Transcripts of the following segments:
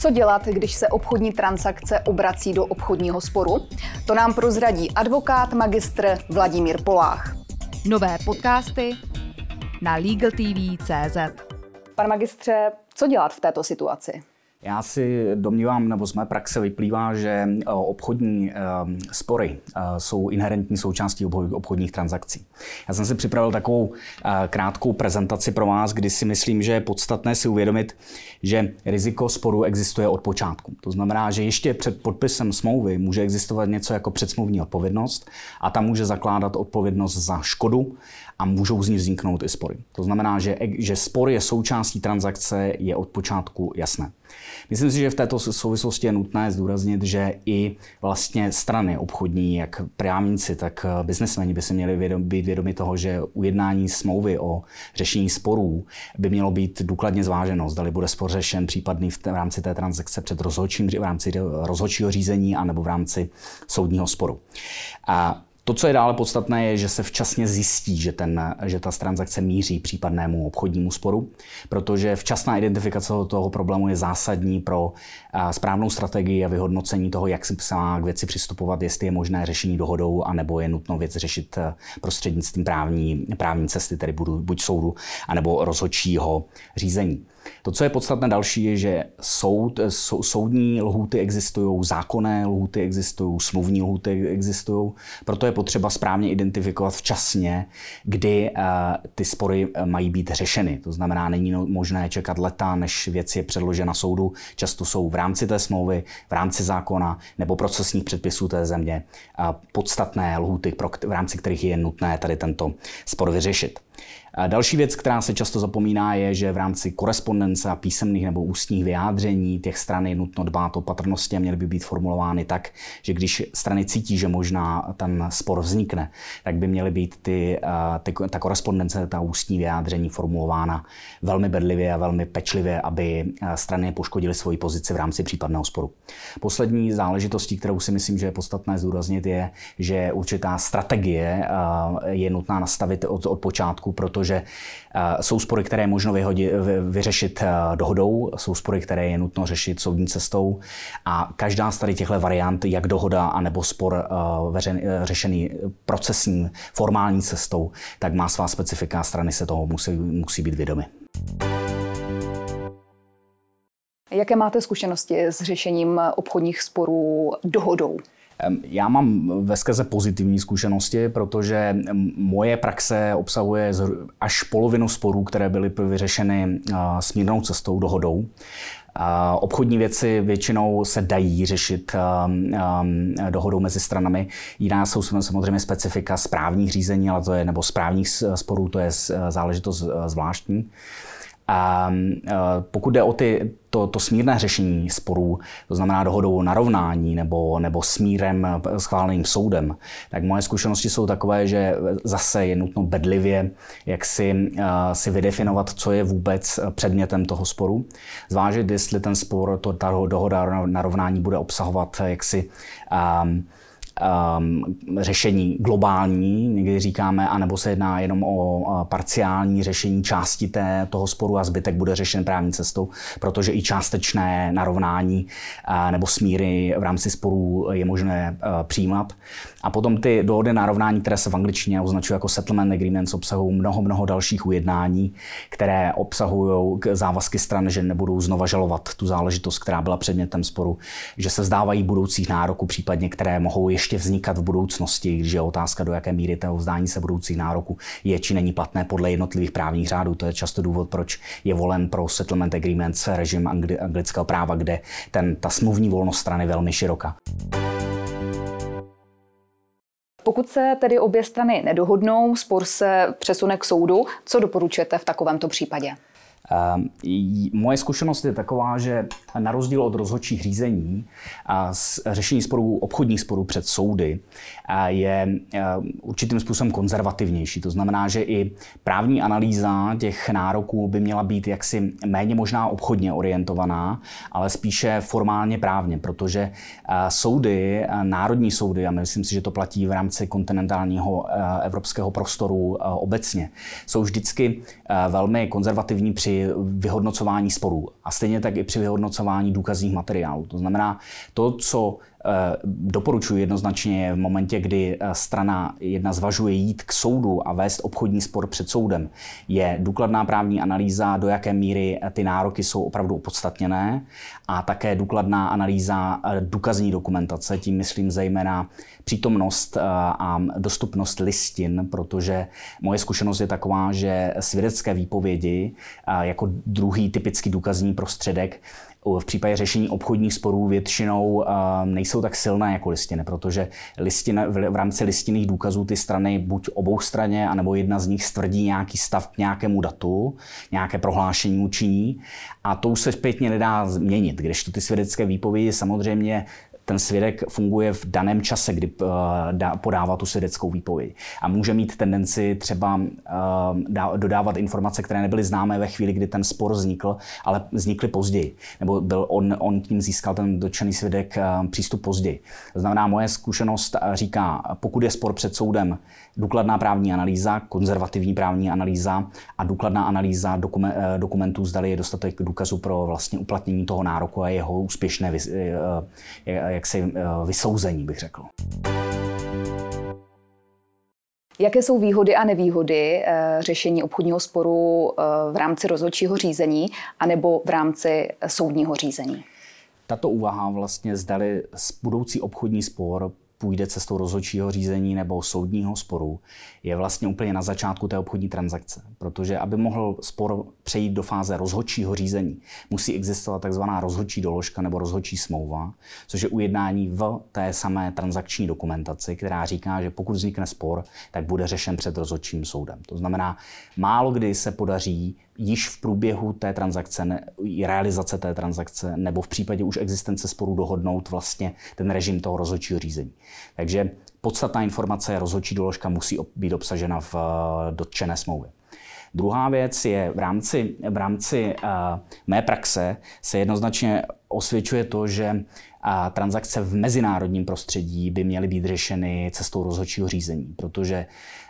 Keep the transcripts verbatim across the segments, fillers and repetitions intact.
Co dělat, když se obchodní transakce obrací do obchodního sporu? To nám prozradí advokát magistr Vladimír Polách. Nové podcasty na legal t v tečka cé zet. Pan magistře, co dělat v této situaci? Já si domnívám, nebo z mé praxe vyplývá, že obchodní spory jsou inherentní součástí obchodních transakcí. Já jsem si připravil takovou krátkou prezentaci pro vás, kdy si myslím, že je podstatné si uvědomit, že riziko sporu existuje od počátku. To znamená, že ještě před podpisem smlouvy může existovat něco jako předsmluvní odpovědnost a ta může zakládat odpovědnost za škodu a můžou z ní vzniknout i spory. To znamená, že, že spor je součástí transakce, je od počátku jasné. Myslím si, že v této souvislosti je nutné zdůraznit, že i vlastně strany obchodní, jak právníci, tak biznesmeni by si měli vědom, být vědomi toho, že ujednání smlouvy o řešení sporů by mělo být důkladně zváženo, zdali bude spor řešen případný v, v rámci té transakce před rozhodčím, v rámci rozhodčího řízení anebo v rámci soudního sporu. A to, co je dále podstatné, je, že se včasně zjistí, že, ten, že ta transakce míří případnému obchodnímu sporu, protože včasná identifikace toho problému je zásadní pro správnou strategii a vyhodnocení toho, jak se má k věci přistupovat, jestli je možné řešení dohodou, anebo je nutno věc řešit prostřednictvím právní, právní cesty, tedy buď soudu, anebo rozhodčího řízení. To, co je podstatné další, je, že soud, sou, soudní lhůty existují, zákonné lhůty existují, smluvní lhůty existují, proto je potřeba správně identifikovat včasně, kdy uh, ty spory mají být řešeny. To znamená, není možné čekat leta, než věc je předložena soudu. Často jsou v rámci té smlouvy, v rámci zákona nebo procesních předpisů té země uh, podstatné lhůty, pro, v rámci kterých je nutné tady tento spor vyřešit. Další věc, která se často zapomíná, je, že v rámci korespondence a písemných nebo ústních vyjádření těch stran je nutno dbát o patrnosti a měly by být formulovány tak, že když strany cítí, že možná ten spor vznikne, tak by měly být ty, ty, ta korespondence, ta ústní vyjádření formulována velmi bedlivě a velmi pečlivě, aby strany poškodily svoji pozici v rámci případného sporu. Poslední záležitostí, kterou si myslím, že je podstatné zdůraznit, je, že určitá strategie je nutná nastavit od, od počátku, protože že jsou spory, které je možno vyhodit, vyřešit dohodou, jsou spory, které je nutno řešit soudní cestou a každá z tady těchto variant, jak dohoda anebo spor veřejn, řešený procesní, formální cestou, tak má svá specifika a strany se toho musí, musí být vědomy. Jaké máte zkušenosti s řešením obchodních sporů dohodou? Já mám veskrze pozitivní zkušenosti, protože moje praxe obsahuje až polovinu sporů, které byly vyřešeny smírnou cestou, dohodou. Obchodní věci většinou se dají řešit dohodou mezi stranami. Jiná jsou samozřejmě specifika správních řízení, ale to je, nebo správních sporů, to je záležitost zvláštní. A pokud jde o ty, to, to smírné řešení sporů, to znamená dohodou o narovnání nebo, nebo smírem schváleným soudem, tak moje zkušenosti jsou takové, že zase je nutno bedlivě jak si, uh, si vydefinovat, co je vůbec předmětem toho sporu. Zvážit, jestli ten spor, to, ta dohoda o narovnání bude obsahovat jaksi um, Um, řešení globální, někdy říkáme, anebo se jedná jenom o uh, parciální řešení části té, toho sporu a zbytek bude řešen právní cestou, protože i částečné narovnání uh, nebo smíry v rámci sporů je možné uh, přijímat. A potom ty dohody narovnání, které se v angličtině označují jako settlement agreements, obsahují mnoho, mnoho dalších ujednání, které obsahují závazky stran, že nebudou znova žalovat tu záležitost, která byla předmětem sporu, že se vzdávají budoucích nároků, případně které mohou ještě ještě vznikat v budoucnosti, když je otázka, do jaké míry toho vzdání se budoucích nároků je či není platné podle jednotlivých právních řádů. To je často důvod, proč je volen pro settlement agreements režim angli- anglického práva, kde ten, ta smluvní volnost strany velmi široká. Pokud se tedy obě strany nedohodnou, spor se přesune k soudu, co doporučujete v takovémto případě? Moje zkušenost je taková, že na rozdíl od rozhodčích řízení a řešení sporů, obchodních sporů před soudy je určitým způsobem konzervativnější. To znamená, že i právní analýza těch nároků by měla být jaksi méně možná obchodně orientovaná, ale spíše formálně právně, protože soudy, národní soudy, a myslím si, že to platí v rámci kontinentálního evropského prostoru obecně, jsou vždycky velmi konzervativní při při vyhodnocování sporů a stejně tak i při vyhodnocování důkazních materiálů. To znamená, to, co doporučuji jednoznačně v momentě, kdy strana jedna zvažuje jít k soudu a vést obchodní spor před soudem, je důkladná právní analýza, do jaké míry ty nároky jsou opravdu opodstatněné a také důkladná analýza důkazní dokumentace, tím myslím zejména přítomnost a dostupnost listin, protože moje zkušenost je taková, že svědecké výpovědi jako druhý typický důkazní prostředek v případě řešení obchodních sporů většinou nejsou tak silné jako listiny, protože listin, v rámci listinných důkazů ty strany buď obou straně, anebo jedna z nich stvrdí nějaký stav k nějakému datu, nějaké prohlášení učiní a to už se zpětně nedá změnit, kdežto ty svědecké výpovědi samozřejmě ten svědek funguje v daném čase, kdy podává tu svědeckou výpověď. A může mít tendenci třeba dodávat informace, které nebyly známé ve chvíli, kdy ten spor vznikl, ale vznikly později. Nebo byl on, on tím získal ten dotčený svědek přístup později. To znamená, moje zkušenost říká, pokud je spor před soudem, důkladná právní analýza, konzervativní právní analýza a důkladná analýza dokumentů, zdali je dostatek důkazů pro vlastně uplatnění toho nároku a jeho úspěšné jaksi vysouzení, bych řekl. Jaké jsou výhody a nevýhody řešení obchodního sporu v rámci rozhodčího řízení anebo v rámci soudního řízení? Tato úvaha vlastně zdali budoucí obchodní spor půjde cestou rozhodčího řízení nebo soudního sporu, je vlastně úplně na začátku té obchodní transakce. Protože aby mohl spor přejít do fáze rozhodčího řízení, musí existovat takzvaná rozhodčí doložka nebo rozhodčí smlouva, což je ujednání v té samé transakční dokumentaci, která říká, že pokud vznikne spor, tak bude řešen před rozhodčím soudem. To znamená, málo kdy se podaří již v průběhu té transakce, ne, realizace té transakce, nebo v případě už existence sporu dohodnout vlastně ten režim toho rozhodčího řízení. Takže podstatná informace, rozhodčí doložka musí být obsažena v dotčené smlouvě. Druhá věc je, v rámci, v rámci uh, mé praxe se jednoznačně osvědčuje to, že uh, transakce v mezinárodním prostředí by měly být řešeny cestou rozhodčího řízení, protože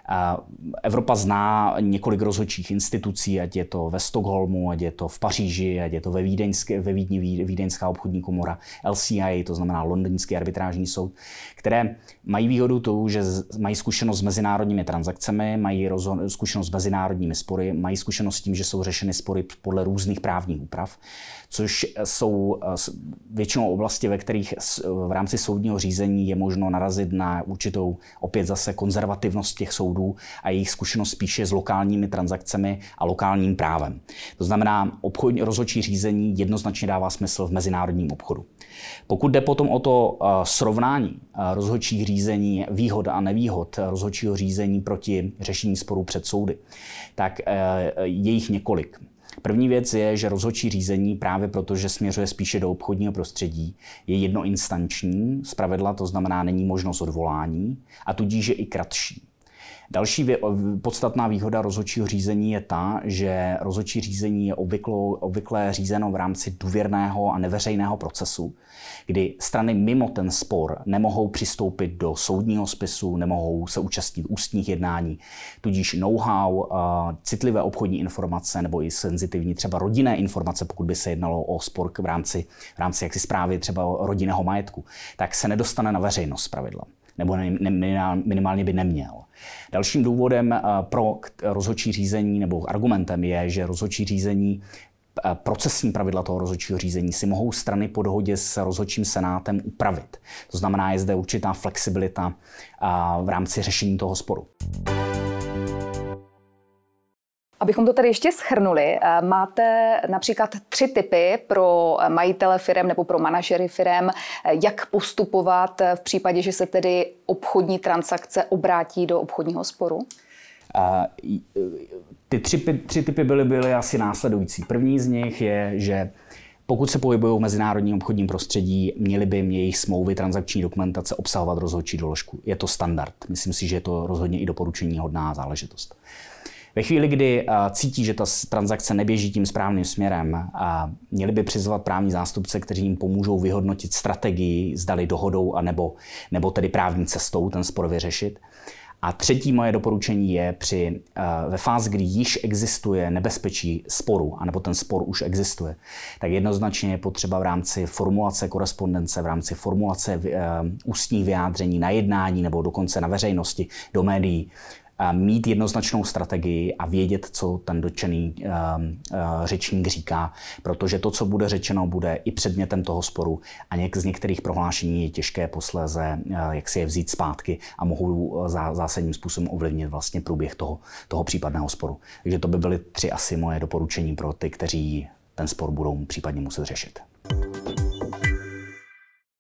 Evropa zná několik rozhodčích institucí, ať je to ve Stockholmu, ať je to v Paříži, ať je to ve, Vídeňské, ve Vídni Vídeňská obchodní komora, L C I, to znamená Londýnský arbitrážní soud, které mají výhodu tu, že mají zkušenost s mezinárodními transakcemi, mají rozho- zkušenost s mezinárodními spory, mají zkušenost s tím, že jsou řešeny spory podle různých právních úprav, což jsou většinou oblasti, ve kterých v rámci soudního řízení je možno narazit na určitou opět zase konzervativnost těch soudů a jejich zkušenost spíše s lokálními transakcemi a lokálním právem. To znamená, obchodní rozhodčí řízení jednoznačně dává smysl v mezinárodním obchodu. Pokud jde potom o to srovnání rozhodčích řízení, výhod a nevýhod rozhodčího řízení proti řešení sporů před soudy, tak je jich několik. První věc je, že rozhodčí řízení právě proto, že směřuje spíše do obchodního prostředí, je jednoinstanční, zpravidla to znamená není možnost odvolání a tudíž je i kratší. Další podstatná výhoda rozhodčího řízení je ta, že rozhodčí řízení je obvyklo, obvykle řízeno v rámci důvěrného a neveřejného procesu, kdy strany mimo ten spor nemohou přistoupit do soudního spisu, nemohou se účastnit ústních jednání, tudíž know-how, citlivé obchodní informace nebo i senzitivní třeba rodinné informace, pokud by se jednalo o spor v rámci, v rámci jaksi správy třeba rodinného majetku, tak se nedostane na veřejnost zpravidla. Nebo minimálně by neměl. Dalším důvodem pro rozhodčí řízení nebo argumentem je, že rozhodčí řízení, procesní pravidla toho rozhodčího řízení si mohou strany po dohodě s rozhodčím senátem upravit. To znamená, je zde určitá flexibilita v rámci řešení toho sporu. Abychom to tady ještě shrnuli, máte například tři tipy pro majitele firem nebo pro manažery firem, jak postupovat v případě, že se tedy obchodní transakce obrátí do obchodního sporu? Ty tři, tři typy byly, byly asi následující. První z nich je, že pokud se pohybují v mezinárodním obchodním prostředí, měly by jejich smlouvy, transakční dokumentace obsahovat rozhodčí doložku. Je to standard. Myslím si, že je to rozhodně i doporučení hodná záležitost. Ve chvíli, kdy cítí, že ta transakce neběží tím správným směrem, měli by přizvat právní zástupce, kteří jim pomůžou vyhodnotit strategii, zdali dohodou, anebo, nebo tedy právní cestou ten spor vyřešit. A třetí moje doporučení je při, ve fázi, kdy již existuje nebezpečí sporu, anebo ten spor už existuje, tak jednoznačně je potřeba v rámci formulace korespondence, v rámci formulace ústních vyjádření na jednání nebo dokonce na veřejnosti, do médií, mít jednoznačnou strategii a vědět, co ten dotčený uh, uh, řečník říká, protože to, co bude řečeno, bude i předmětem toho sporu a něk, z některých prohlášení je těžké posléze, uh, jak si je vzít zpátky a mohou zá, zásadním způsobem ovlivnit vlastně průběh toho, toho případného sporu. Takže to by byly tři asi moje doporučení pro ty, kteří ten spor budou případně muset řešit.